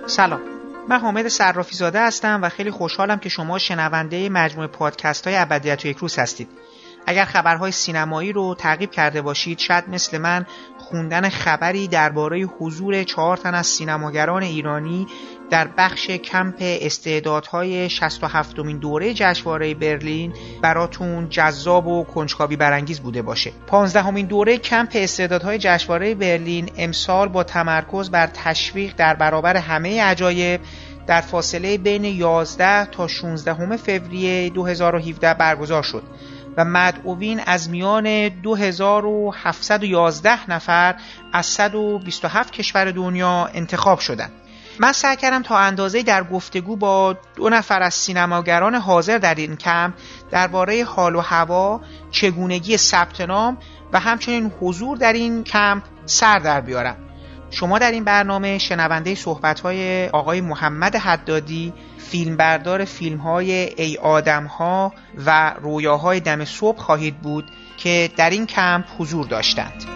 سلام، من حامد صرافی زاده هستم و خیلی خوشحالم که شما شنونده مجموعه پادکست های ابدیت و یک روز هستید. اگر خبرهای سینمایی رو تعقیب کرده باشید، شاید مثل من خوندن خبری درباره حضور 4 تن از سینماگران ایرانی در بخش کمپ استعدادهای 67مین دوره جشنواره برلین براتون جذاب و کنجکاوی برانگیز بوده باشه. 15مین دوره کمپ استعدادهای جشنواره برلین امسال با تمرکز بر تشویق در برابر همه عجایب در فاصله بین 11 تا 16 فوریه 2017 برگزار شد و مدعوین از میان 2711 نفر از 127 کشور دنیا انتخاب شدند. من سعی کردم تا اندازه‌ای در گفتگو با 2 نفر از سینماگران حاضر در این کمپ درباره حال و هوا، چگونگی ثبت نام و همچنین حضور در این کمپ سر در بیارم. شما در این برنامه شنونده صحبت‌های آقای محمد حدادی، فیلمبردار فیلم‌های ای آدم‌ها و رویاهای دم صبح خواهید بود که در این کمپ حضور داشتند.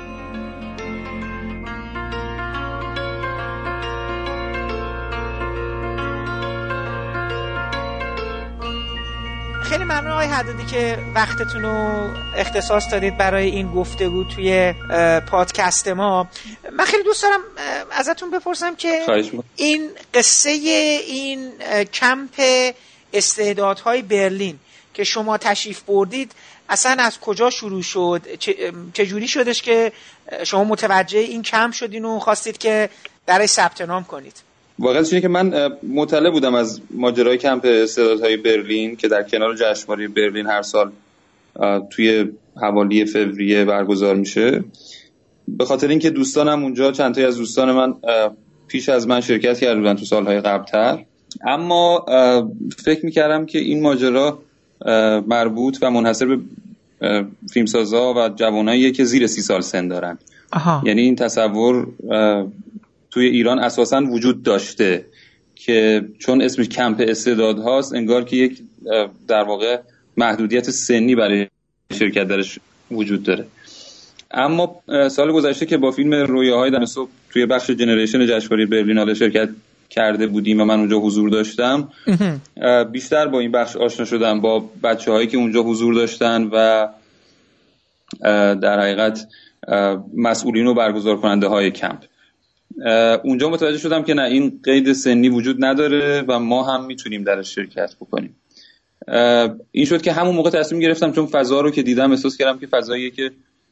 خیلی ممنون آقای حدادی که وقتتون رو اختصاص دادید برای این گفتگو توی پادکست ما. من خیلی دوست دارم ازتون بپرسم که این قصه این کمپ استعدادهای برلین که شما تشریف بردید اصلا از کجا شروع شد؟ چجوری شدش که شما متوجه این کمپ شدین و خواستید که درش ثبت نام کنید؟ واقعیتش اینه که من مطلع بودم از ماجرای کمپ استعدادهای برلین که در کنار جشنواره برلین هر سال توی حوالی فوریه برگزار میشه. به خاطر اینکه دوستانم اونجا، چند تایی از دوستان من پیش از من شرکت کرده بودن تو سالهای قبل‌تر، اما فکر میکردم که این ماجرا مربوط و منحصر به فیلمسازا و جواناییه که زیر 30 سال سن دارن. یعنی این تصور توی ایران اساساً وجود داشته که چون اسمش کمپ استعداد هاست انگار که یک در واقع محدودیت سنی برای شرکت درش وجود داره. اما سال گذشته که با فیلم رویاهای دم صبح توی بخش جنریشن جشنواره برلین شرکت کرده بودیم و من اونجا حضور داشتم، بیشتر با این بخش آشنا شدم، با بچه‌هایی که اونجا حضور داشتن و در حقیقت مسئولین و برگزار کننده های کمپ. اونجا متوجه شدم که نه، این قید سنی وجود نداره و ما هم میتونیم درش شرکت بکنیم. این شد که همون موقع تصمیم گرفتم، چون فضا رو که دیدم احساس کردم که فضاییه که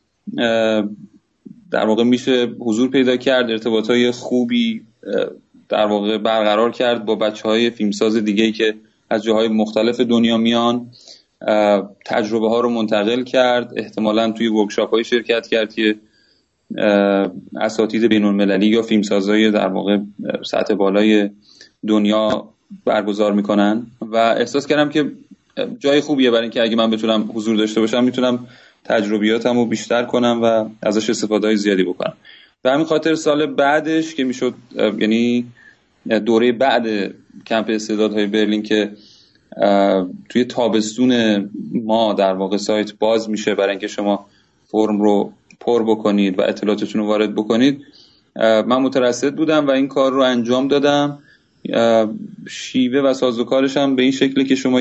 در واقع میشه حضور پیدا کرد، ارتباطای خوبی در واقع برقرار کرد با بچهای فیلمساز دیگه‌ای که از جاهای مختلف دنیا میان، تجربه ها رو منتقل کرد، احتمالاً توی ورکشاپ‌های شرکت کرد که اساتید بین‌المللی یا فیلمسازای در واقع سطح بالای دنیا برگزار میکنن و احساس کردم که جای خوبیه برای اینکه اگه من بتونم حضور داشته باشم میتونم تجربیاتمو بیشتر کنم و ازش استفاده‌های زیادی بکنم. به همین خاطر سال بعدش که میشد، یعنی دوره بعد کمپ استعدادهای برلین که توی تابستون ما در واقع سایت باز میشه برای اینکه شما فرم رو پر بکنید و اطلاعاتتون رو وارد بکنید، من مترصد بودم و این کار رو انجام دادم. شیوه و سازوکارش هم به این شکله که شما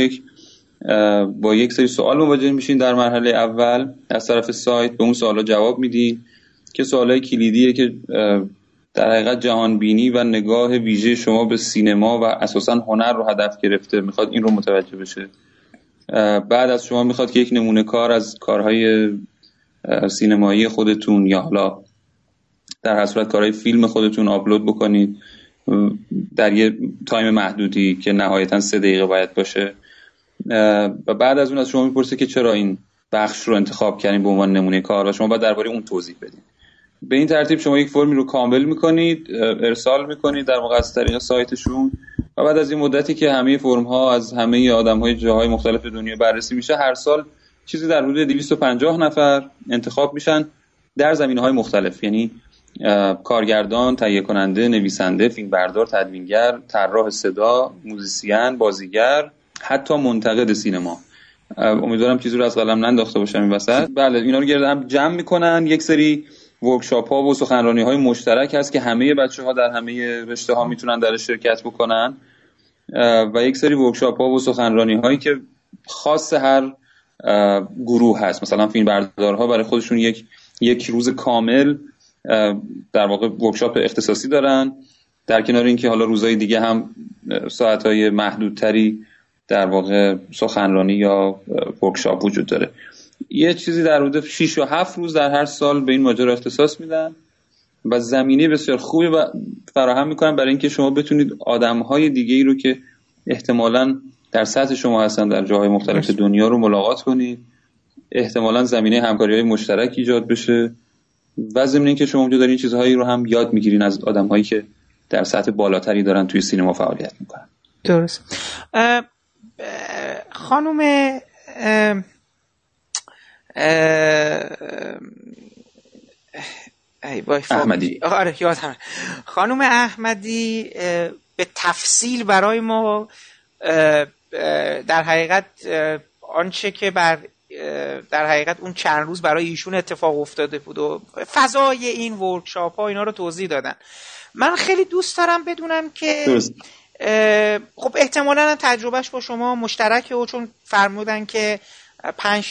با یک سری سوال مواجه میشین در مرحله اول از طرف سایت، به اون سوالا جواب میدین که سوالای کلیدیه که در حقیقت جهان بینی و نگاه ویژه شما به سینما و اساساً هنر رو هدف گرفته، میخواد این رو متوجه بشه. بعد از شما میخواد که یک نمونه کار از کارهای سینمایی خودتون یا حالا در هر صورت کارهای فیلم خودتون آپلود بکنید در یه تایم محدودی که نهایتاً 3 دقیقه باید باشه و بعد از اون از شما میپرسه که چرا این بخش رو انتخاب کردین به عنوان نمونه کار و شما باید درباره اون توضیح بدین. به این ترتیب شما یک فرمی رو کامل میکنید، ارسال میکنید در واقع از طریق سایتشون و بعد از این مدتی که همه فرم ها از همه آدم‌های جاهای مختلف دنیا بررسی میشه، هر سال چیزی در حدود 250 نفر انتخاب میشن در زمینه‌های مختلف، یعنی کارگردان، تهیه کننده، نویسنده، فیلمبردار، تدوینگر، طراح صدا، موزیسین، بازیگر، حتی منتقد سینما. امیدوارم چیزی رو از قلم ننداخته باشم این وسط. بله، اینا رو گرد هم جمع میکنن، یک سری ورکشاپ ها و سخنرانی های مشترک هست که همه بچه ها در همه رشته ها میتونن درش شرکت بکنن و یک سری ورکشاپ ها و سخنرانی هایی که خاص هر گروه هست. مثلا فیلم بردارها برای خودشون یک روز کامل در واقع ورکشاپ اختصاصی دارن، در کنار اینکه حالا روزهای دیگه هم ساعتهای محدودتری در واقع سخنرانی یا ورکشاپ وجود داره. یه چیزی در حدود 6 یا 7 روز در هر سال به این ماجرا اختصاص میدن و زمینه بسیار خوبی فراهم میکنن برای اینکه شما بتونید آدمهای دیگه‌ای رو که احتمالاً در سطح شما هستن در جاهای مختلف دنیا رو ملاقات کنید، احتمالاً زمینه همکاری‌های مشترک ایجاد بشه و ضمن اینکه شما اونجا دارین چیزهایی رو هم یاد میگیرین از آدم‌هایی که در سطح بالاتری دارن توی سینما فعالیت میکنن. درست. خانم احمدی. آره یادم. خانم احمدی به تفصیل برای ما در حقیقت آنچه که در حقیقت اون چند روز برای ایشون اتفاق افتاده بود و فضای این ورکشاپ ها اینا رو توضیح دادن. من خیلی دوست دارم بدونم که خب احتمالاً تجربهش با شما مشترکه و چون فرمودن که 5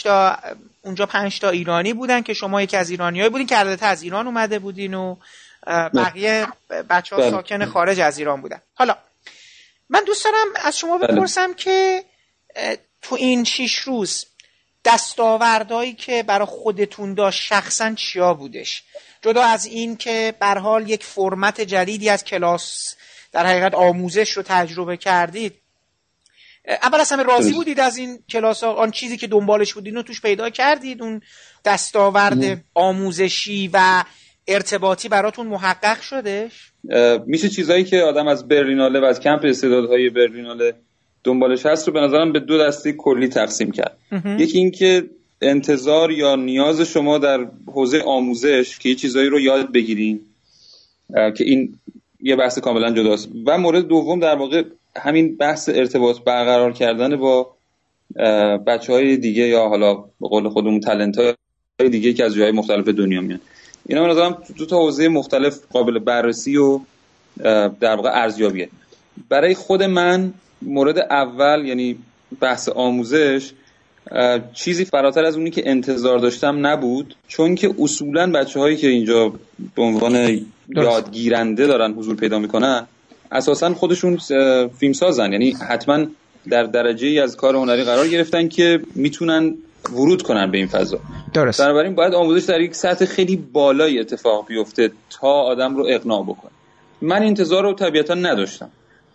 تا ایرانی بودن که شما یکی از ایرانیایی بودین که البته از ایران اومده بودین و بقیه بچه‌ها ساکن خارج از ایران بودن. حالا من دوست دارم از شما بپرسم که تو این 6 روز دستاوردهایی که برای خودتون داشت شخصا چیا بودش؟ جدا از این که به هر حال یک فرمت جدیدی از کلاس در حقیقت آموزش رو تجربه کردید، اول اصلا راضی بودید از این کلاس ها؟ آن چیزی که دنبالش بودید رو توش پیدا کردید؟ اون دستاورد آموزشی و ارتباطی براتون محقق شدش؟ میشه چیزایی که آدم از برلیناله و از کمپ استعدادهای برلیناله دنبالش هست رو به نظرم به 2 دسته کلی تقسیم کرد. یکی این که انتظار یا نیاز شما در حوزه آموزش که یه چیزایی رو یاد بگیرین که این یه بحث کاملا جداست، و مورد دوم در واقع همین بحث ارتباط برقرار کردن با بچه‌های دیگه یا حالا به قول خودمون تالنت‌های دیگه که از جاهای مختلف دنیا میان. اینا به نظرم 2 تا حوزه مختلف قابل بررسی و در واقع ارزیابیه. برای خود من مورد اول یعنی بحث آموزش چیزی فراتر از اونی که انتظار داشتم نبود، چون که اصولاً بچه‌هایی که اینجا به عنوان یادگیرنده دارن حضور پیدا میکنن اساساً خودشون فیلمسازن، یعنی حتما در درجه‌ای از کار هنری قرار گرفتن که میتونن ورود کنن به این فضا. درست. بنابراین باید آموزش در یک سطح خیلی بالایی اتفاق بیفته تا آدم رو اقناع بکنه. من انتظار رو طبیعتاً نداشتم،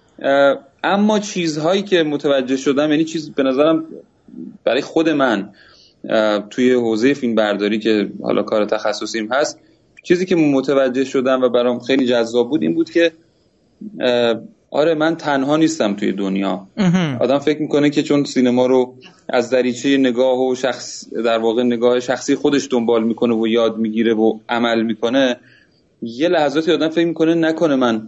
اما چیزهایی که متوجه شدم، یعنی چیز به نظرم برای خود من توی حوزه فیلم برداری که حالا کار تخصصیم هست، چیزی که متوجه شدم و برام خیلی جذاب بود این بود که آره من تنها نیستم توی دنیا. آدم فکر میکنه که چون سینما رو از دریچه نگاه و در واقع نگاه شخصی خودش دنبال میکنه و یاد میگیره و عمل میکنه، یه لحظاتی آدم فکر میکنه نکنه من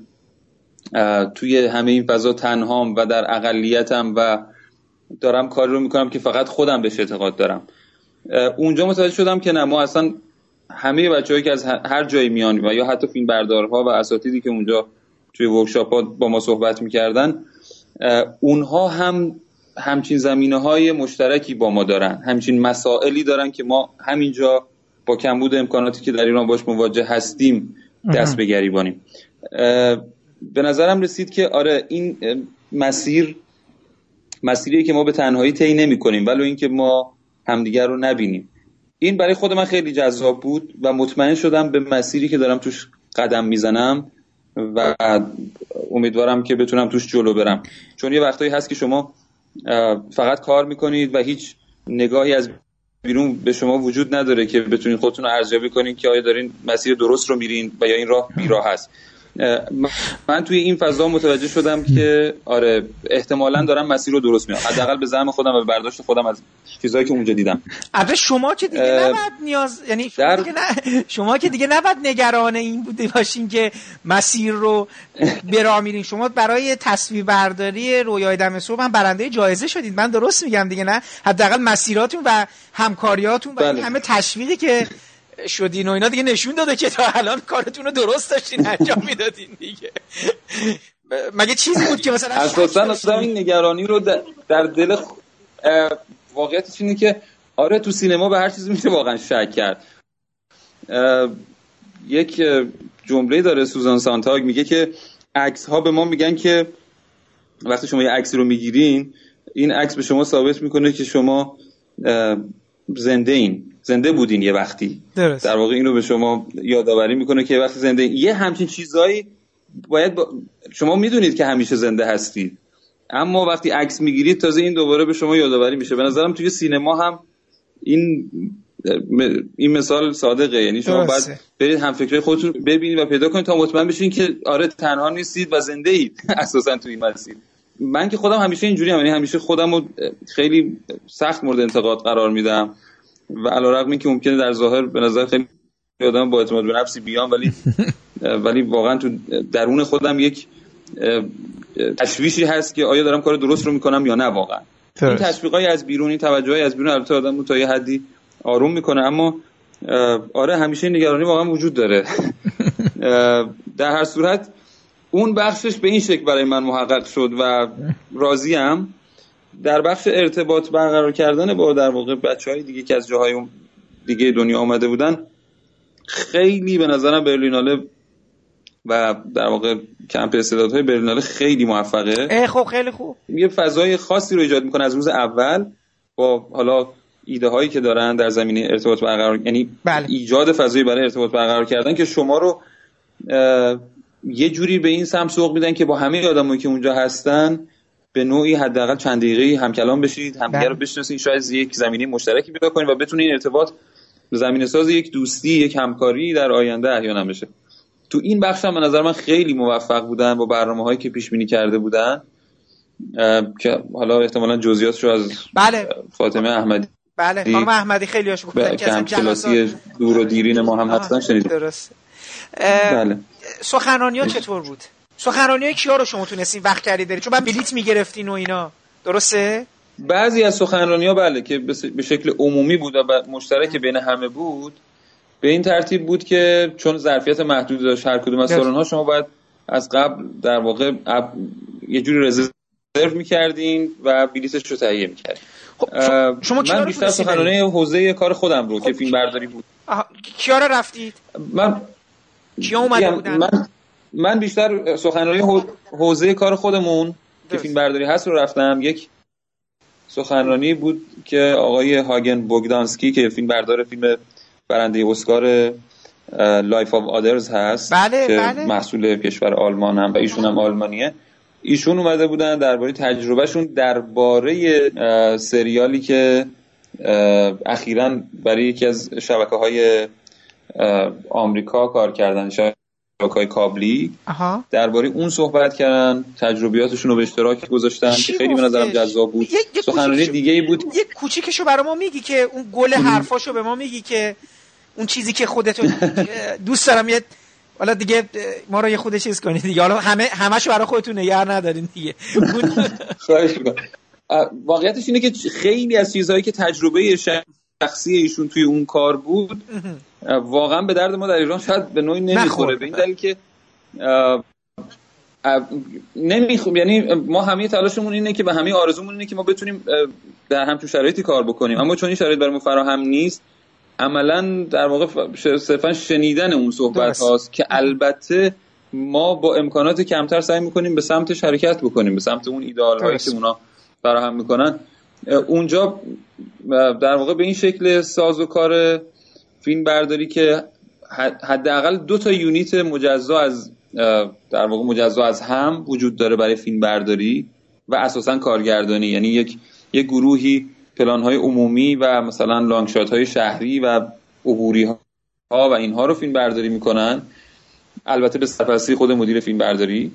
توی همه این فضا تنهام و در اقلیتم و دارم کاری رو میکنم که فقط خودم بهش اعتقاد دارم. اونجا متوجه شدم که نه، ما اصلا همه بچه‌هایی که از هر جایی میان و یا حتی فیلم بردارها و اساتیدی که اونجا توی ورکشاپ‌ها با ما صحبت میکردن، اونها هم همچین زمینه‌های مشترکی با ما دارن، همچین مسائلی دارن که ما همینجا با کمبود امکاناتی که در ایران باش مواجه هستیم دست به گریبانیم. به نظرم رسید که آره این مسیریه که ما به تنهایی طی نمی‌کنیم ولو اینکه ما همدیگر رو نبینیم. این برای خود من خیلی جذاب بود و مطمئن شدم به مسیری که دارم توش قدم میزنم و امیدوارم که بتونم توش جلو برم، چون یه وقتایی هست که شما فقط کار میکنید و هیچ نگاهی از بیرون به شما وجود نداره که بتونید خودتون رو ارزیابی کنید که آیا دارین مسیر درست رو میرین و یا این راه بیراه هست. من توی این فضا متوجه شدم که آره احتمالاً دارم مسیر رو درست میرم، حداقل به زعم خودم و به برداشت خودم از چیزایی که اونجا دیدم. البته شما که دیگه نباید نیاز، یعنی شما که دیگه نباید نگران این بوده باشین که مسیر رو برا میرین. شما برای تصویر برداری رویای دم صبح هم برنده جایزه شدید، من درست میگم دیگه نه؟ حداقل مسیراتون و همکاریاتون و همه تشویقی که شدین و اینا دیگه نشون داده که تا الان کارتون رو درست داشتین انجام میدادین دیگه. مگه چیزی بود که مثلا اساسا این نگرانی رو در دل واقعیتش اینه که آره تو سینما به هر چیزی میشه واقعا شک کرد. یک جمله داره سوزان سانتاگ میگه که عکس ها به ما میگن که وقتی شما یه عکسی رو میگیرین این عکس به شما ثابت میکنه که شما زنده بودین یه وقتی. درست. در واقع این رو به شما یادآوری میکنه که یه وقتی زنده یه همچین چیزایی باید شما میدونید که همیشه زنده هستید، اما وقتی عکس میگیرید تازه این دوباره به شما یادآوری میشه. به نظرم توی سینما هم این مثال صادقه، یعنی شما باید برید هم فکرای خودتون ببینید و پیدا کنید تا مطمئن بشین که آره تنها نیستید و زنده اید اساسا توی این مسیر. من که خودم همیشه اینجوریام، یعنی همیشه خودم رو خیلی سخت مورد انتقاد قرار میدم و علیرغم اینکه ممکنه در ظاهر به نظر خیلی آدم با اعتماد به نفسی بیام، ولی واقعا تو درون خودم یک تشویشی هست که آیا دارم کار درست رو میکنم یا نه. واقعا این تشویقای از بیرون، این توجهای از بیرون البته آدمو تا یه حدی آروم میکنه، اما آره همیشه نگرانی واقعا وجود داره. در هر صورت اون بخشش به این شکل برای من محقق شد و راضیم. در بخش ارتباط برقرار کردن با در واقع بچهای دیگه که از جاهای دیگه دنیا آمده بودن، خیلی به نظرم برلیناله و در واقع کمپ استعدادهای برلیناله خیلی موفقه. خب خیلی خوب. یه فضای خاصی رو ایجاد میکنه از روز اول با حالا ایده هایی که دارن در زمینه ارتباط برقرار، یعنی ایجاد فضایی برای ارتباط برقرار کردن که شما رو یه جوری به این سمت سوق میدن که با همه آدمایی که اونجا هستن به نوعی حداقل چند دقیقه‌ای همکلام بشید، همدیگه رو بشناسید، شاید یک زمینه مشترکی پیدا کنید و بتونید این ارتباط زمینه ساز یک دوستی، یک همکاری در آینده احیانا بشه. تو این بخش هم به نظر من خیلی موفق بودن با برنامه‌هایی که پیش بینی کرده بودن که حالا احتمالاً جزئیاتش رو از فاطمه احمدی خانم احمدی خیلی هاش گفتن که هم کلاسی دور و دیرین ما هم هستن شنیدید. درست. بله. سخنرانی‌ها چطور بود؟ سخنرانی‌های کیا رو شما تونستین وقت خریدید؟ چون بعد بلیت می‌گرفتین و اینا. درسته؟ بعضی از سخنرانی‌ها بله که به شکل عمومی بود و مشترک بین همه بود. به این ترتیب بود که چون ظرفیت محدودی داشت هر کدوم از سالن‌ها، شما باید از قبل در واقع یه جوری رزرو می‌کردین و بلیتش رو تهیه می‌کردین. خب من بیشتر سخنرانی حوزه کار خودم رو که فیلم برداری بود. کیا رو رفتید؟ کیا اومده بودن؟ من بیشتر سخنرانی حوزه کار خودمون که فیلم برداری هست رو رفتم. یک سخنرانی بود که آقای هاگن بوگدانسکی که فیلم بردار فیلم برنده اسکار لایف آف آدرز هست که محصول کشور آلمان هم و ایشون هم آلمانیه، ایشون اومده بودن درباره تجربهشون درباره سریالی که اخیراً برای یکی از شبکه‌های آمریکا کار کردن، شبکه‌های کابلی، درباره اون صحبت کردن، تجربیاتشون رو به اشتراک گذاشتن که خیلی به نظرم جذاب بود. سخنرانی دیگه‌ای بود. یه کوچیکشو برای ما میگی که اون گل حرفاشو به ما میگی که اون چیزی که خودت دوست دارم یه حالا دیگه ما رو یه خود چیز کنید دیگه، حالا همه‌شو برای خودتون نگه ندارین دیگه. خواهش می‌کنم. واقعیتش اینه که خیلی از چیزهایی که تجربه شخصی ایشون توی اون کار بود واقعا به درد ما در ایران شاید به نوعی نمیخوره، به این دلیل که یعنی ما همه تلاشمون اینه که و همه آرزومون اینه که ما بتونیم در همچون شرایطی کار بکنیم، اما چون این شرایط برای ما فراهم نیست، عملاً در واقع صرفاً شنیدن اون صحبت هاست که البته ما با امکانات کمتر سعی میکنیم به سمت حرکت بکنیم، به سمت اون ایدئال هایی که اونا فراهم میکنن. اونجا در واقع به این شکل سازوکار فیلم برداری که حداقل 2 یونیت مجزا از در واقع مجزا از هم وجود داره برای فیلم برداری و اساساً کارگردانی، یعنی یک گروهی پلان‌های عمومی و مثلا لانگ شات‌های شهری و عبوری‌ها و اینها رو فیلم برداری میکنن، البته به سرپرستی خود مدیر فیلم برداری.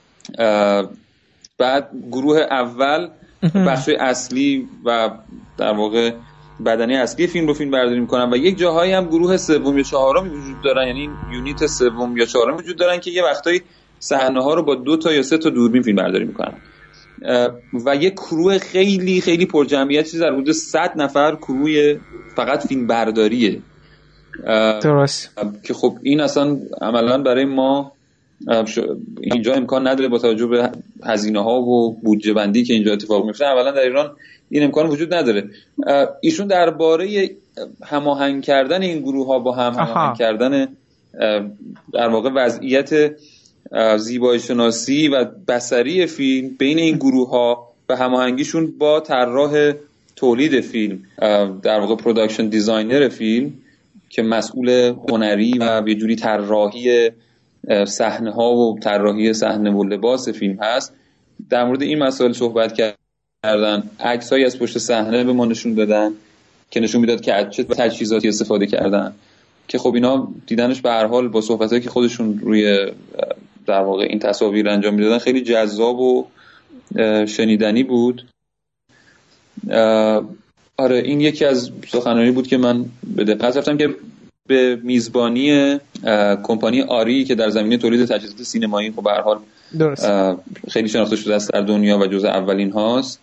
بعد گروه اول بخش اصلی و در واقع بدنه اصلی فیلم رو فیلم برداری میکنن و یک جاهایی هم گروه سوم یا چهارم وجود دارن، یعنی یونیت سوم یا چهارم وجود دارن که یه وقتایی صحنه‌ها رو با 2 یا 3 دوربین فیلم برداری میکنن و یک کروه خیلی خیلی پرجمعیت، چیزی در حدود 100 نفر کروی فقط فیلم برداریه درست. که خب این اصلا عملا برای ما اینجا امکان نداره با توجه به هزینه ها و بودجه بندی که اینجا اتفاق میفته. اولا در ایران این امکان وجود نداره. ایشون درباره هماهنگ کردن این گروه ها با هم، هماهنگ کردن در واقع وضعیت زیبایی شناسی و بصری فیلم بین این گروه ها و هماهنگیشون با طراح تولید فیلم، در واقع پروداکشن دیزاینر فیلم که مسئول هنری و یه جوری طراحی صحنه ها و طراحی صحنه و لباس فیلم هست، در مورد این مسائل صحبت کردن. عکسایی از پشت صحنه به ما نشون دادن که نشون میداد که از چه تجهیزاتی استفاده کردن، که خب اینا دیدنش به هر حال با صحبتایی که خودشون روی در واقع این تصاویر انجام میدادن خیلی جذاب و شنیدنی بود. آره این یکی از سخنرانی بود که من به دقت رفتم که به میزبانی کمپانی آری که در زمینه تولید تجهیزات سینمایی خب به هر حال خیلی شناخته شده است در دنیا و جزء اولین هاست.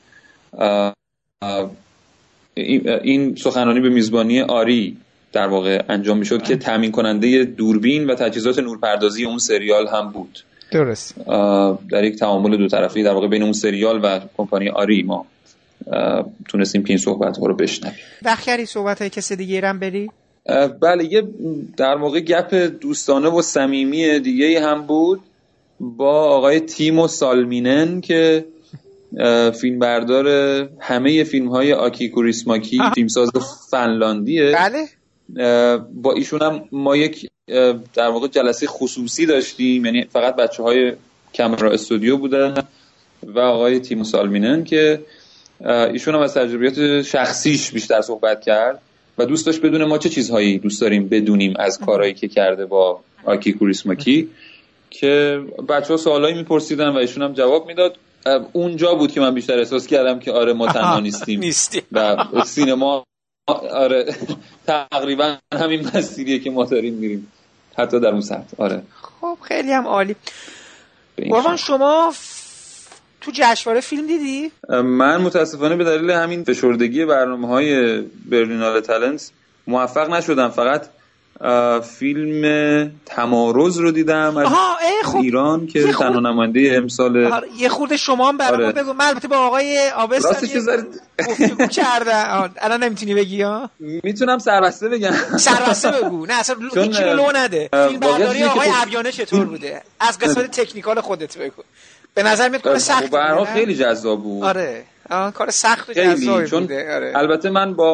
این سخنرانی به میزبانی آری در واقع انجام میشد که تامین کننده دوربین و تجهیزات نورپردازی اون سریال هم بود. درست. در یک تعامل دو طرفی در واقع بین اون سریال و کمپانی آری ما تونستیم که این صحبت‌ها رو بشنویم. بخیری صحبت‌های کسی دیگه ایران بری؟ بله، یه در واقع گپ دوستانه و صمیمی دیگه هم بود با آقای تیمو سالمینن که فیلمبردار همه فیلم‌های آکی کوریسماکی، فیلمساز فنلاندیه. بله. با ایشون هم ما یک در واقع جلسه خصوصی داشتیم، یعنی فقط بچه‌های کامرا استودیو بودن و آقای تیمو سالمینن که ایشون هم از تجربیات شخصیش بیشتر صحبت کرد و دوست داشت بدونه ما چه چیزهایی دوست داریم بدونیم از کارهایی که کرده با آکی کوریسماکی، که بچه‌ها سوالایی میپرسیدن و ایشون هم جواب میداد. اونجا بود که من بیشتر احساس کردم که آره ما تنها نیستیم و سینما آره تقریبا همین مسیریه که ما داریم میریم حتی در اون سطح. آره خب خیلی هم عالی. قربان شما تو جشنواره فیلم دیدی؟ من متاسفانه به دلیل همین فشردگی برنامه‌های برلینال تالنت موفق نشدم. فقط فیلم تمارض رو دیدم از ایران که تنها نماینده امسال. یه خورده شما هم برام بگو. من البته با آقای آبست گفتگو کردم. الان نمیتونی بگی ها؟ میتونم سربسته بگم. سربسته بگو. نه اصلا هیچ رو لو نده. فیلم برداری آقای عبیانه چطور بوده؟ از قسمت تکنیکال خودت بگو. به نظر میاد کار سخت به هر حال خیلی جذاب بود. آره کار سخت و جذابی بوده. آره. البته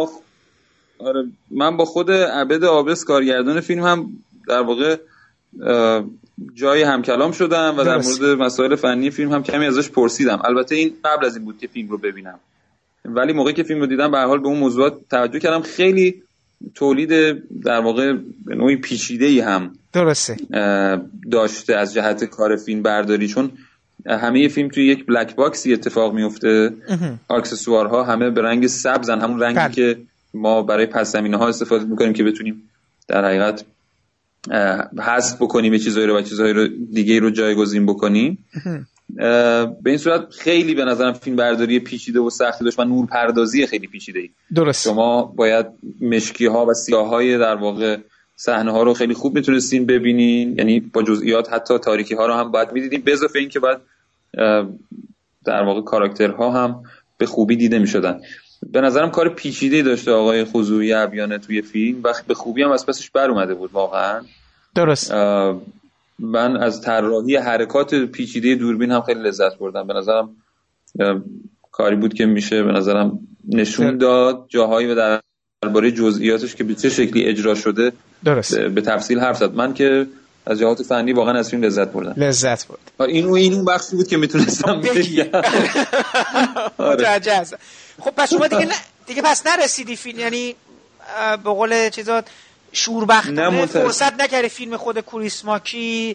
من با خود عبد آبس کارگردان فیلم هم در واقع جای همکلام شدم و در مورد مسائل فنی فیلم هم کمی ازش پرسیدم. البته این قبل از این بود که فیلم رو ببینم، ولی موقعی که فیلم رو دیدم به هر حال به اون موضوعات توجه کردم. خیلی تولید در واقع به نوعی پیچیده‌ای هم درسته داشته از جهت کار فیلم برداری، چون همه فیلم توی یک بلک باکسی اتفاق میفته. اکسسوارها همه به رنگ سبزن، همون رنگی که ما برای پس زمینه ها استفاده میکنیم که بتونیم در حقیقت حذف بکنیم چیزایی رو و چیزایی رو دیگه رو جایگزین بکنیم. به این صورت خیلی به نظرم فیلم برداری پیچیده و سختی داشت و نورپردازی خیلی پیچیده‌ای. درست. شما باید مشکی ها و سیاه‌های در واقع صحنه ها رو خیلی خوب میتونستین ببینین، یعنی با جزئیات حتی تاریکی ها رو هم باید میدیدین، به اضافه این که باید در واقع کاراکترها هم به خوبی دیده میشدن. به نظرم کار پیچیده‌ای داشته آقای خضوعی عبیانه توی فیلم و به خوبی هم از پسش بر اومده بود واقعا. درست. من از طراحی حرکات پیچیده دوربین هم خیلی لذت بردم. به نظرم کاری بود که میشه به نظرم نشون داد جاهایی و درباره جزئیاتش که به چه شکلی اجرا شده درست به تفصیل حرف زد. من که از جهات فنی واقعا از فیلم لذت بردم. این بخشی بود که میتونستم بگم. متوجه هستم. خب پس شما دیگه پس نرسیدی فیلم، یعنی به قول چیزات شوربختانه فرصت نکردی فیلم خود کوریسماکی،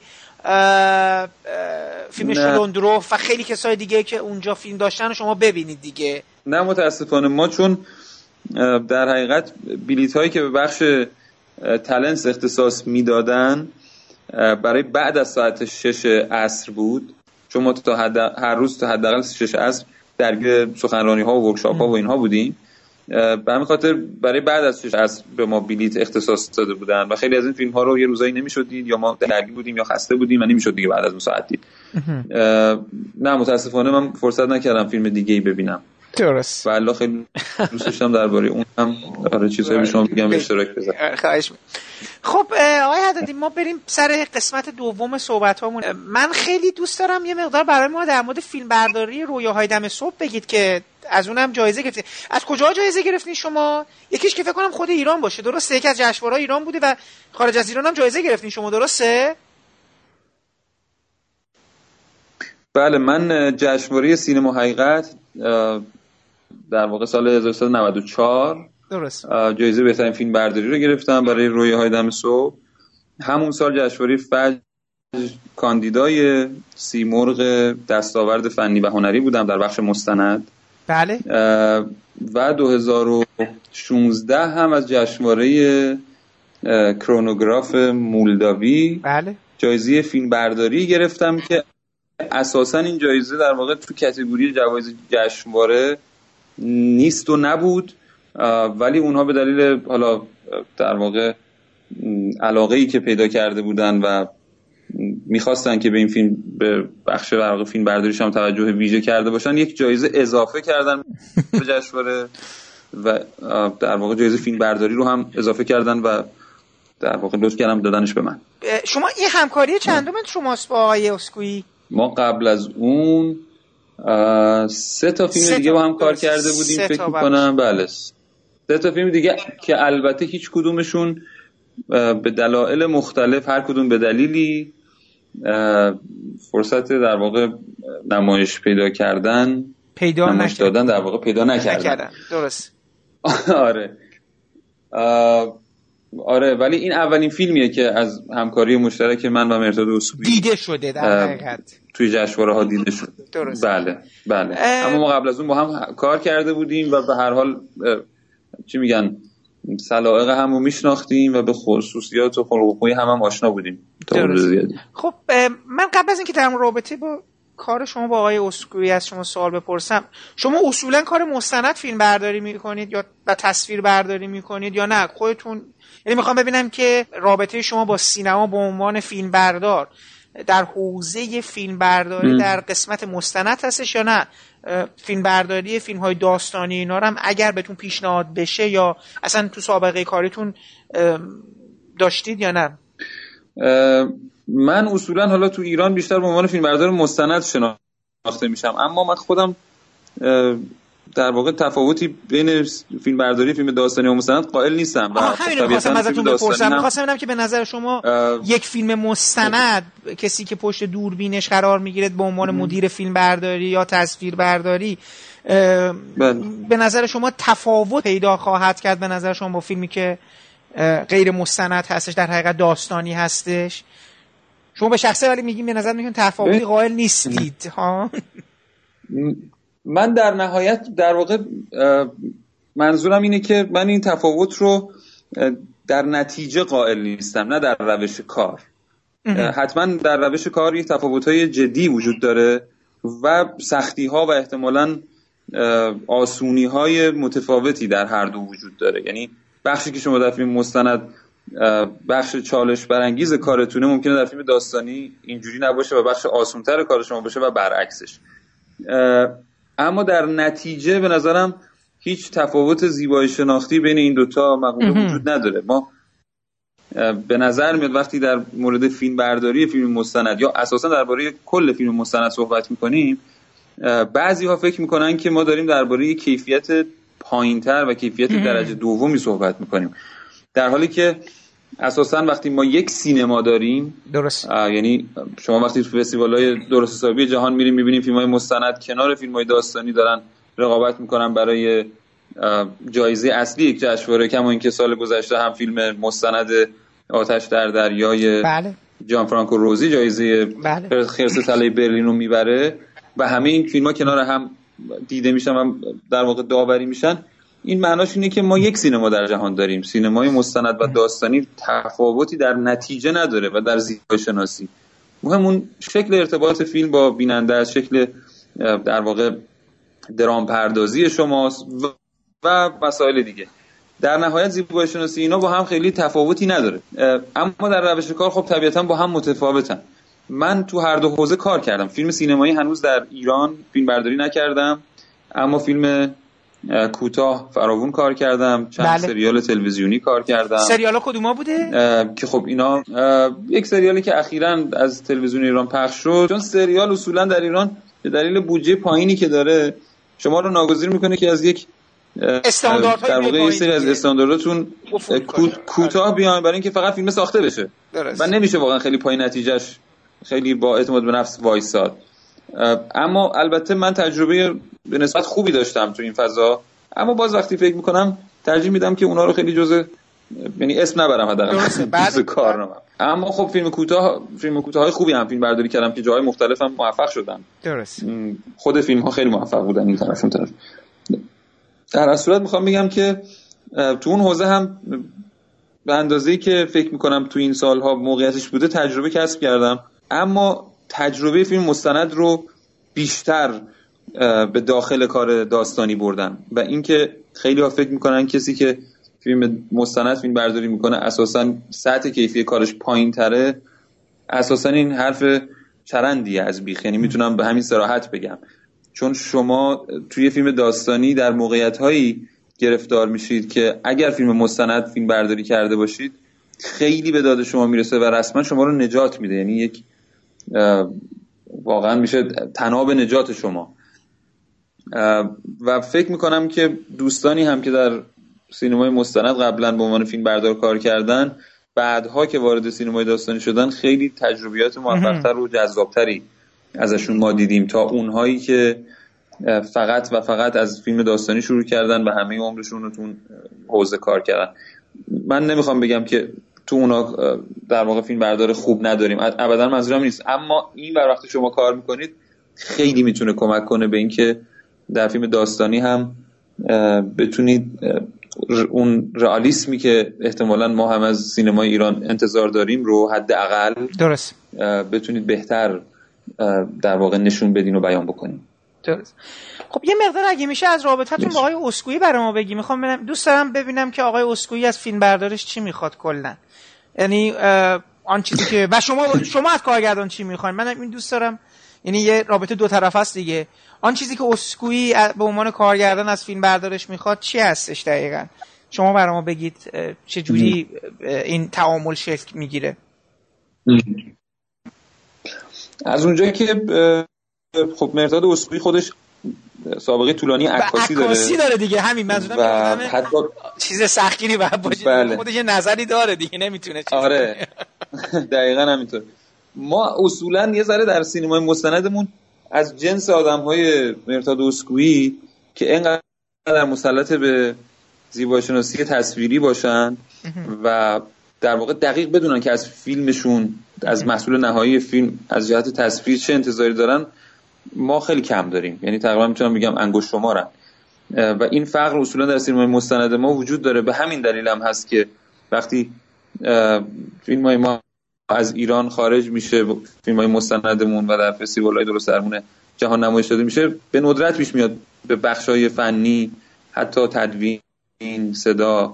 فیلم شلوندروف و خیلی کسای دیگه که اونجا فیلم داشتن شما ببینید دیگه؟ نه متاسفانه، ما چون در حقیقت بلیط هایی که به بخش تالنتس اختصاص میدادن برای بعد از ساعت 6 عصر بود، چون ما هر روز تا حداقل 6 عصر درگیر سخنرانی ها و ورکشاپ ها و اینها بودیم به همین خاطر برای بعد از 6 عصر به ما بلیت اختصاص داده بودن و خیلی از این فیلم ها رو یه روزایی نمیشد دید، یا ما درگیر بودیم یا خسته بودیم و نمیشد دیگه بعد از اون ساعت دید. نه متاسفانه من فرصت نکردم فیلم دیگه ای ببینم. درست. والله خیلی دوست داشتم درباره اون هم چیزایی به شما بگم، اشتراک بذارم. خواهش می‌کنم. خب آقای حدادی ما بریم سر قسمت دوم صحبتامون. من خیلی دوست دارم یه مقدار برای ما در مورد فیلم برداری رویاهای دم صبح بگید که از اونم جایزه گرفتین. از کجا جایزه گرفتین شما؟ یکیش که فکر کنم خود ایران باشه، درسته؟ یکی از جشنواره‌های ایران بوده و خارج از ایران هم جایزه گرفتین شما، درسته؟ بله، من جشنواره سینما حقیقت در واقع سال 1394 درست جایزه بهترین فیلم برداری رو گرفتم برای رویاهای دم صبح. همون سال جشنواره فجر کاندیدای سیمرغ دستاورد فنی و هنری بودم در بخش مستند. بله. و 2016 هم از جشنواره کرونوگراف مولداوی بله جایزه فیلم برداری گرفتم که اساسا این جایزه در واقع تو کاتگوری جوایز جشنواره نیست و نبود، ولی اونها به دلیل حالا در واقع علاقه‌ای که پیدا کرده بودن و میخواستن که به این فیلم به بخش در واقع فیلم برداریش هم توجه ویژه کرده باشن، یک جایزه اضافه کردن به جشنواره و در واقع جایزه فیلم برداری رو هم اضافه کردن و در واقع لطف کردم دادنش به من. شما این همکاری چندم شماست با آقای اسکویی؟ ما قبل از اون 3 تا فیلم دیگه با هم کار کرده بودیم فکر می‌کنم. بله 3 تا فیلم دیگه که البته هیچ کدومشون به دلایل مختلف، هر کدوم به دلیلی فرصت در واقع نمایش پیدا دادن در واقع پیدا نکردن. درست. آره ولی این اولین فیلمیه که از همکاری مشترک من و مرداد اسکویی دیده شده در حقیقت توی جشنواره ها دیده شد. درست. بله اما ما قبل از اون با هم کار کرده بودیم و به هر حال چی میگن سلائق هم رو میشناختیم و به خصوصیات و خلق خوی هم آشنا بودیم. خب من قبل از اینکه در رابطه با کار شما با آقای اسکویی از شما سوال بپرسم، شما اصولا کار مستند فیلم برداری میکنید یا و تصویر برداری میکنید یا نه خودتون؟ یعنی میخوام ببینم که رابطه شما با سینما به عنوان فیلم بردار در حوزه فیلم برداری در قسمت مستند هستش یا نه فیلم برداری فیلم های داستانی اینا رو هم اگر بهتون پیشنهاد بشه یا اصلا تو سابقه کاریتون داشتید یا نه؟ من اصولا حالا تو ایران بیشتر به عنوان فیلمبردار مستند شناخته میشم، اما من خودم در واقع تفاوتی بین فیلمبرداری فیلم داستانی و مستند قائل نیستم و همین رو خواستم ازتون بپرسم. می‌خواستم ببینم که به نظر شما یک فیلم مستند کسی که پشت دوربینش قرار میگیره به عنوان مدیر فیلمبرداری یا تصویربرداری به نظر شما تفاوت پیدا خواهد کرد به نظر شما با فیلمی که غیر مستند هستش در حقیقت داستانی هستش؟ شما به شخصه ولی میگیم به نظر میاد تفاوتی قائل نیستید ها؟ من در نهایت در واقع منظورم اینه که من این تفاوت رو در نتیجه قائل نیستم، نه در روش کار. حتما در روش کار یک تفاوت‌های جدی وجود داره و سختی‌ها و احتمالاً آسونی‌های متفاوتی در هر دو وجود داره. یعنی بخشی که شما در فیلم مستند بخش چالش برانگیز کارتونه ممکنه در فیلم داستانی اینجوری نباشه و بخش آسان‌تر کار شما باشه و برعکسش. اما در نتیجه به نظرم هیچ تفاوت زیبایی شناختی بین این دوتا مقوله وجود نداره. ما به نظر میاد وقتی در مورد فیلم برداری فیلم مستند یا اساسا درباره کل فیلم مستند صحبت میکنیم، بعضی‌ها فکر میکنن که ما داریم درباره کیفیت پایین‌تر و کیفیت درجه دومی صحبت میکنیم، در حالی که اساسا وقتی ما یک سینما داریم، درست، یعنی شما وقتی تو فستیوال‌های درست حسابی جهان میریم میبینیم فیلم‌های مستند کنار فیلم‌های داستانی دارن رقابت میکنن برای جایزه اصلی یک جشنواره، کما اینکه سال گذشته هم فیلم مستند آتش در دریای جان فرانکو روزی جایزه خرس طلای برلین رو میبره و همه این فیلم‌ها کنار هم دیده میشن و در واقع داوری میشن. این معناش اینه که ما یک سینما در جهان داریم. سینمای مستند و داستانی تفاوتی در نتیجه نداره و در زیبایی شناسی. مهم اون شکل ارتباط فیلم با بیننده است، شکل در واقع درام پردازی شماست و و مسائل دیگه. در نهایت زیبایی شناسی اینا با هم خیلی تفاوتی نداره، اما در روش کار خب طبیعتاً با هم متفاوتن. من تو هر دو حوزه کار کردم. فیلم سینمایی هنوز در ایران فیلم برداری نکردم، اما فیلم کوتاه فراوون کار کردم، چند سریال تلویزیونی کار کردم. سریالا کدوما بوده؟ که خب اینا یک سریالی که اخیراً از تلویزیون ایران پخش شد، چون سریال اصولاً در ایران به دلیل بودجه پایینی که داره شما رو ناگزیر میکنه که از یک استانداردهای در واقع یه سری از استاندارداتون کوتاه بیان برای اینکه فقط فیلم ساخته بشه و نمیشه واقعا خیلی پایین نتیجهش خیلی با اعتماد به نفس وایساد. اما البته من تجربه به نسبت خوبی داشتم تو این فضا، اما باز وقتی فکر میکنم ترجیح میدم که اونا رو خیلی یعنی اسم نبرم حداقل جزء کارنامه. اما خب فیلم کوتاهای خوبی هم فیلم برداری کردم که جاهای مختلف هم موفق شدم. درست. خود فیلم ها خیلی موفق بودن این طرف اون طرف. در اصل صورت میخوام بگم که تو اون حوزه هم به اندازه‌ای که فکر میکنم تو این سالها موقعیتش بوده تجربه کسب کردم، اما تجربه فیلم مستند رو بیشتر به داخل کار داستانی بردم و اینکه خیلی ها فکر میکنن کسی که فیلم مستند فیلم برداری میکنه اساساً سطح کیفی کارش پایین تره، اساساً این حرف چرندیه از بیخ. یعنی میتونم به همین صراحت بگم، چون شما توی فیلم داستانی در موقعیت‌هایی گرفتار میشید که اگر فیلم مستند فیلم برداری کرده باشید خیلی به داد شما میرسه و رسما شما رو نجات میده. یعنی یک واقعا میشه تناب نجات شما. و فکر میکنم که دوستانی هم که در سینمای مستند قبلا به عنوان فیلم بردار کار کردن، بعدها که وارد سینمای داستانی شدن خیلی تجربیات موفق‌تر و جذابتری ازشون ما دیدیم تا اونهایی که فقط از فیلم داستانی شروع کردن و همه عمرشون رو تو حوزه کار کردن. من نمیخوام بگم که تو اونا در واقع فیلم بردار خوب نداریم، ابدا منظورم نیست، اما این وقتی شما کار میکنید خیلی میتونه کمک کنه به اینکه در فیلم داستانی هم بتونید اون رئالیسمی که احتمالاً ما هم از سینمای ایران انتظار داریم رو حداقل درست بتونید بهتر در واقع نشون بدین و بیان بکنین. درست. خب یه مقدار اگه میشه از رابطتون با آقای اسکوئی برای ما بگی. دوست دارم ببینم که آقای اسکوئی از فیلم بردارش چی میخواد کلا، یعنی آن چیزی که و شما از کارگردان چی میخواین. من این دوست دارم، یعنی یه رابطه دو طرفه است دیگه. آن چیزی که اسکوئی به عنوان کارگردان از فیلم بردارش میخواد چی هستش دقیقاً؟ شما برای ما بگید چه جوری این تعامل شکل میگیره. از اونجایی که خب مرداد اسکوئی خودش سابقه طولانی عکاسی داره دیگه، همین منظورم حتی چیز سختگیری باشه. خودش یه نظری داره دیگه، نمیتونه آره دقیقاً همینطور. ما اصولاً یه ذره در سینمای مستندمون از جنس آدم‌های مرداد اسکوئی که اینقدر مسلط به زیبایی شناسی تصویری باشن و در واقع دقیق بدونن که از فیلمشون، از محصول نهایی فیلم از جهت تصویر چه انتظاری دارن، ما خیلی کم داریم. یعنی تقریبا میتونم بگم انگشت شمارن و این فقر اصولا در سینمای مستند ما وجود داره. به همین دلیل هم هست که وقتی فیلم‌های ما از ایران خارج میشه، فیلم‌های مستندمون و در فستیوال‌های درست درمون جهان نمایش داده میشه، به ندرت پیش میاد به بخش‌های فنی، حتی تدوین، صدا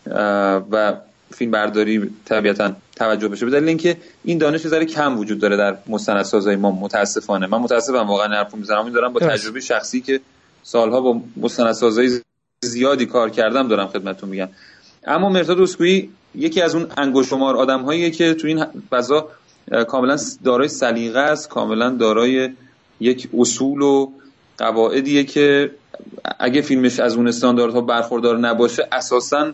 و فیلم برداری طبیعتاً توجه بشه، به دلیل اینکه این دانش ذره کم وجود داره در مستندسازی ما متاسفانه. من متاسفم واقعا حرفو میزنم، این دارم با تجربه شخصی که سالها با مستندسازی زیادی کار کردم دارم خدمتتون میگم. اما مرداد اسکوئی یکی از اون انگشت شمار آدم‌هاییه که تو این فضا کاملا دارای سلیقه است، کاملا دارای یک اصول و قواعدیه که اگه فیلمش از اون استانداردها برخوردار نباشه اساساً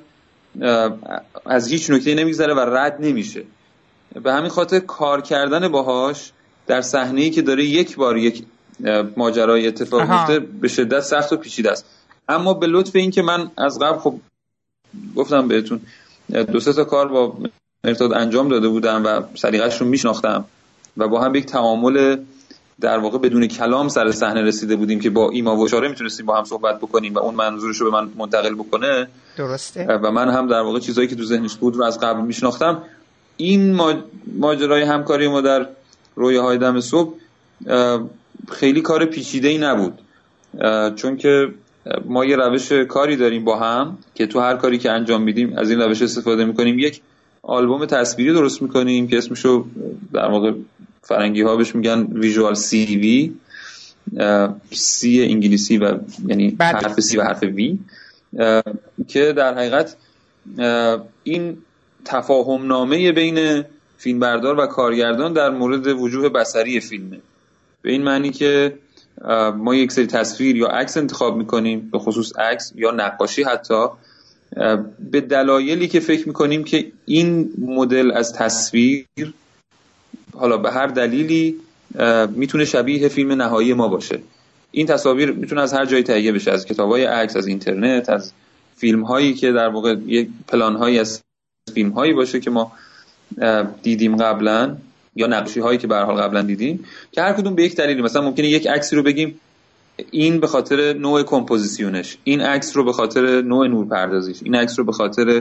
از هیچ نکته نمیگذره و رد نمیشه. به همین خاطر کار کردن باهاش در صحنه‌ای که داره یک بار یک ماجرای اتفاق میفته به شدت سخت و پیچیده است. اما به لطف این که من از قبل خب گفتم بهتون 2-3 تا کار با مرداد انجام داده بودم و سلیقه‌اش رو میشناختم و با هم یک تعامل در واقع بدون کلام سر صحنه رسیده بودیم که با ایما و اشاره میتونستیم با هم صحبت بکنیم و اون منظورش رو به من منتقل بکنه. درسته. و من هم در واقع چیزایی که تو ذهنش بود رو از قبل میشناختم. این ماجرای همکاری ما در رویاهای دم صبح خیلی کار پیچیده‌ای نبود، چون که ما یه روش کاری داریم با هم که تو هر کاری که انجام میدیم از این روش استفاده میکنیم. یک آلبوم تصویری درست میکنیم که اسمشو در واقع فرنگی ها بهش میگن ویژوال سی وی، سی انگلیسی و یعنی حرف سی و حرف وی، که در حقیقت این تفاهم نامه بین فیلمبردار و کارگردان در مورد وجوه بصری فیلمه. به این معنی که ما یک سری تصویر یا عکس انتخاب میکنیم، به خصوص عکس یا نقاشی حتی، به دلایلی که فکر میکنیم که این مدل از تصویر حالا به هر دلیلی میتونه شبیه فیلم نهایی ما باشه. این تصاویر میتونه از هر جایی تهیه بشه، از کتابای عکس، از اینترنت، از فیلم هایی که در واقع یک پلان هایی از فیلم هایی باشه که ما دیدیم قبلا، یا نقاشی هایی که به هر حال قبلا دیدیم، که هر کدوم به یک دلیلی، مثلا ممکنه یک عکسی رو بگیم این به خاطر نوع کمپوزیشنش، این عکس رو به خاطر نوع نورپردازیش، این عکس رو به خاطر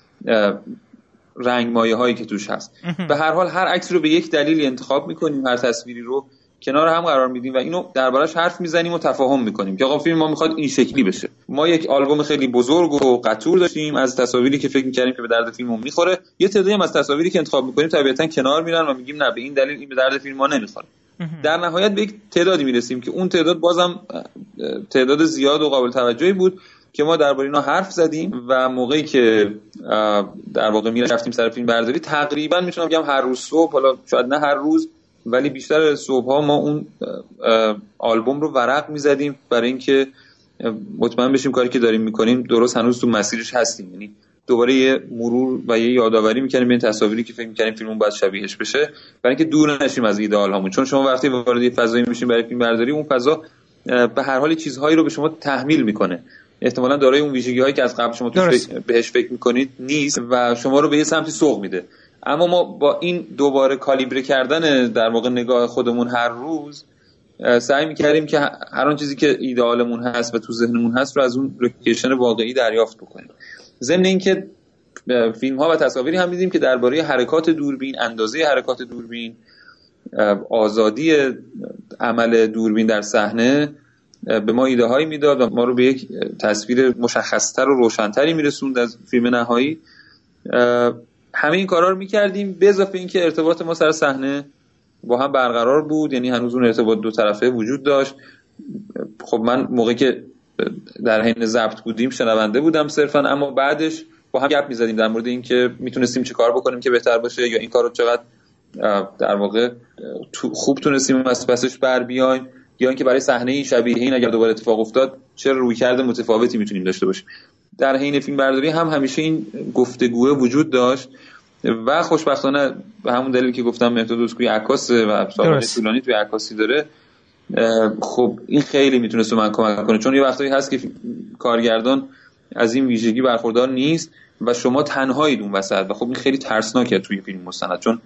رنگ مایه هایی که توش هست. به هر حال هر عکسی رو به یک دلیلی انتخاب میکنیم، هر تصویری رو کنار هم قرار میدیم و اینو دربارش حرف میزنیم و تفاهم میکنیم که آقا فیلم ما میخواد این شکلی بشه. ما یک آلبوم خیلی بزرگ و قطور داشتیم از تصاویری که فکر میکردیم که به درد فیلممون میخوره. یه تعدادی هم از تصاویری که انتخاب میکنیم طبیعتا کنار میرن و میگیم نه، به این دلیل این به درد فیلم ما نمیخوره. در نهایت به یک تعدادی میرسیم که اون تعداد بازم تعداد زیاد و قابل توجهی بود که ما درباره اینا حرف زدیم و موقعی که در واقع میرفتیم سر فیلم برداری، تقریبا میتونم بگم هر روز صبح، حالا شاید نه هر روز ولی بیشتر صبح‌ها، ما اون آلبوم رو ورق می‌زدیم برای اینکه مطمئن بشیم کاری که داریم می‌کنیم درست هنوز تو مسیرش هستیم. یعنی دوباره یه مرور و یه یادآوری می‌کنیم به این تصاویری که فکر می‌کنیم فیلممون باید شبیهش بشه، برای اینکه دور نشیم از ایدئال هامون. چون شما وقتی وارد یه فضایی میشین برای فیلم برداری، اون فضا به هر حال چیزهایی رو به شما تحمیل می‌کنه، احتمالاً دارای اون ویژگی‌هایی که از قبل شما بهش فکر می‌کنید نیست و شما رو به یه سمتی سوق میده. اما ما با این دوباره کالیبره کردن در واقع نگاه خودمون هر روز سعی می‌کردیم که هر آن چیزی که ایدئالمون هست و تو ذهنمون هست رو از اون لوکیشن واقعی دریافت بکنیم. ضمن اینکه فیلم‌ها و تصاویری هم دیدیم که درباره حرکات دوربین، اندازه حرکات دوربین، آزادی عمل دوربین در صحنه به ما ایده هایی میداد و ما رو به یک تصویر مشخص‌تر و روشن‌تری میرسوند از فیلم نهایی. همه این کارا رو می‌کردیم به اضافه اینکه ارتباط ما سر صحنه با هم برقرار بود، یعنی هنوز اون ارتباط دو طرفه وجود داشت. خب من موقعی که در حین ضبط بودیم شنونده بودم صرفا، اما بعدش با هم گپ می‌زدیم در مورد اینکه میتونستیم چه کار بکنیم که بهتر باشه، یا این کارو چقدر در واقع خوب تونستیم از پسش بر بیایم، یا اینکه برای صحنه شبیه این اگر دوباره اتفاق افتاد چه رویکرد متفاوتی میتونیم داشته باشیم. در حین فیلم برداری هم همیشه این گفتگو وجود داشت و خوشبختانه به همون دلیل که گفتم مهداد اسکوئی عکاسه و سابقه طولانی توی عکاسی داره، خب این خیلی میتونست من کمک کنه، چون یه وقتایی هست که کارگردان از این ویژگی برخوردار نیست و شما تنهایید اون وسط و خب این خیلی ترسناکه توی فیلم مستند، چون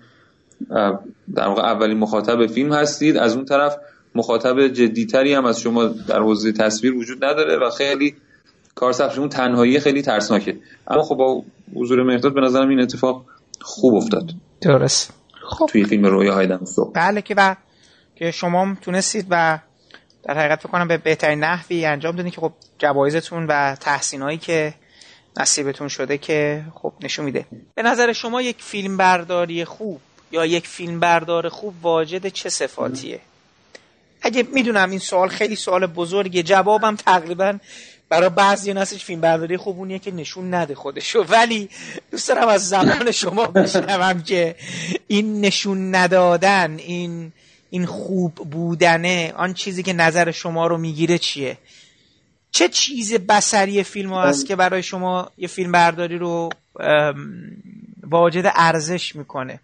در واقع اولین مخاطب فیلم هستید، از اون طرف مخاطب جدیتری هم از شما در حوزه تصویر وجود نداره و خیلی کار سخت، اون تنهایی خیلی ترسناکه. اما خب با حضور مهداد به نظرم این اتفاق خوب افتاد. درست. خب توی فیلم رویاهای دمسو بله که شما تونستید و در حقیقت فکر کنم به بهترین نحوی انجام دادین که خب جوایزتون و تحسینایی که نصیبتون شده که خب نشون میده. به نظر شما یک فیلم برداری خوب یا یک فیلم بردار خوب واجد چه صفاتیه؟ اگه میدونم این سوال خیلی سوال بزرگه، جوابم تقریبا برای بعضی ناسش فیلم برداری خوبونیه که نشون نده خودشو، ولی دوست دارم از زبان شما بشنوم که این نشون ندادن، این خوب بودنه، آن چیزی که نظر شما رو میگیره چیه؟ چه چیز بصری فیلم ها هست که برای شما یه فیلم برداری رو واجد ارزش میکنه؟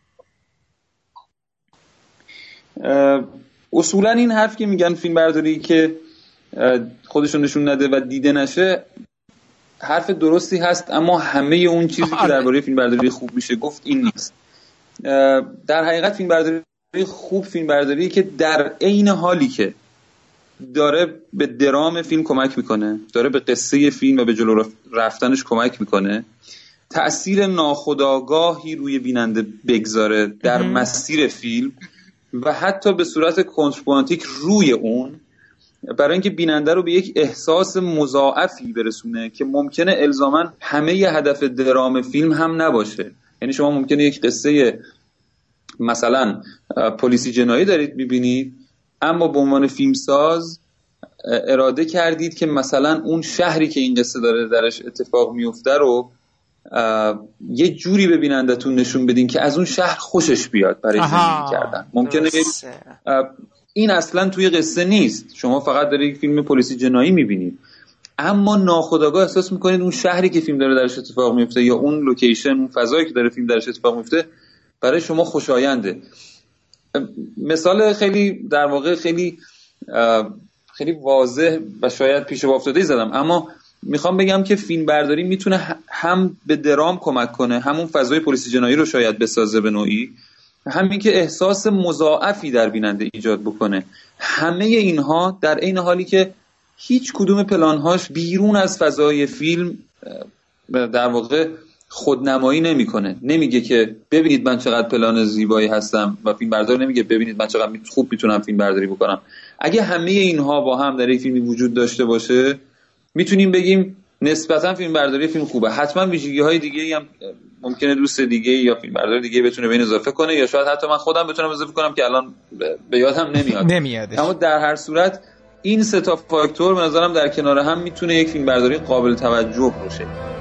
اصولا این حرف که میگن فیلم برداری که خودشون نشون نده و دیده نشه حرف درستی هست، اما همه اون چیزی که درباره فیلم برداری خوب میشه گفت این نیست. در حقیقت فیلم برداری خوب فیلم برداری که در عین حالی که داره به درام فیلم کمک میکنه، داره به قصه فیلم و به جلو رفتنش کمک میکنه، تأثیر ناخودآگاهی روی بیننده بگذاره در مسیر فیلم و حتی به صورت کنترپوانتیک روی اون برای اینکه بیننده رو به یک احساس مضاعفی برسونه که ممکنه الزاماً همه ی هدف درام فیلم هم نباشه. یعنی شما ممکنه یک قصه مثلا پلیسی جنایی دارید میبینید، اما به عنوان فیلمساز اراده کردید که مثلا اون شهری که این قصه داره درش اتفاق میفته رو یه جوری به بینندتون نشون بدین که از اون شهر خوشش بیاد برای زندگی کردن. ممکنه این اصلا توی قصه نیست، شما فقط دارید یک فیلم پلیسی جنایی میبینید، اما ناخودآگاه احساس میکنید اون شهری که فیلم داره درش اتفاق میفته یا اون لوکیشن، اون فضایی که داره فیلم درش اتفاق میفته برای شما خوشاینده. مثال خیلی در واقع خیلی واضح و شاید پیش پا افتاده‌ای زدم، اما میخوام بگم که فیلم برداری میتونه هم به درام کمک کنه، همون فضای پلیسی جنایی رو شاید بسازه به نوعی، همین که احساس مضاعفی در بیننده ایجاد بکنه. همه اینها در عین حالی که هیچ کدوم پلانهاش بیرون از فضای فیلم در واقع خودنمایی نمیکنه. نمیگه که ببینید من چقدر پلان زیبایی هستم، و فیلم بردار نمیگه ببینید من چقدر خوب میتونم فیلم برداری بکنم. اگه همه اینها با هم در یک فیلمی وجود داشته باشه، میتونیم بگیم نسبتا فیلم برداری فیلم خوبه. حتما ویژگی‌های دیگه‌ای هم ممکنه دوست دیگه یا فیلم بردار دیگه بتونه به این اضافه کنه، یا شاید حتی من خودم بتونم اضافه کنم که الان به یادم نمیاد. اما در هر صورت این سه تا فاکتور به نظرم در کنار هم میتونه یک فیلم برداری قابل توجه باشه.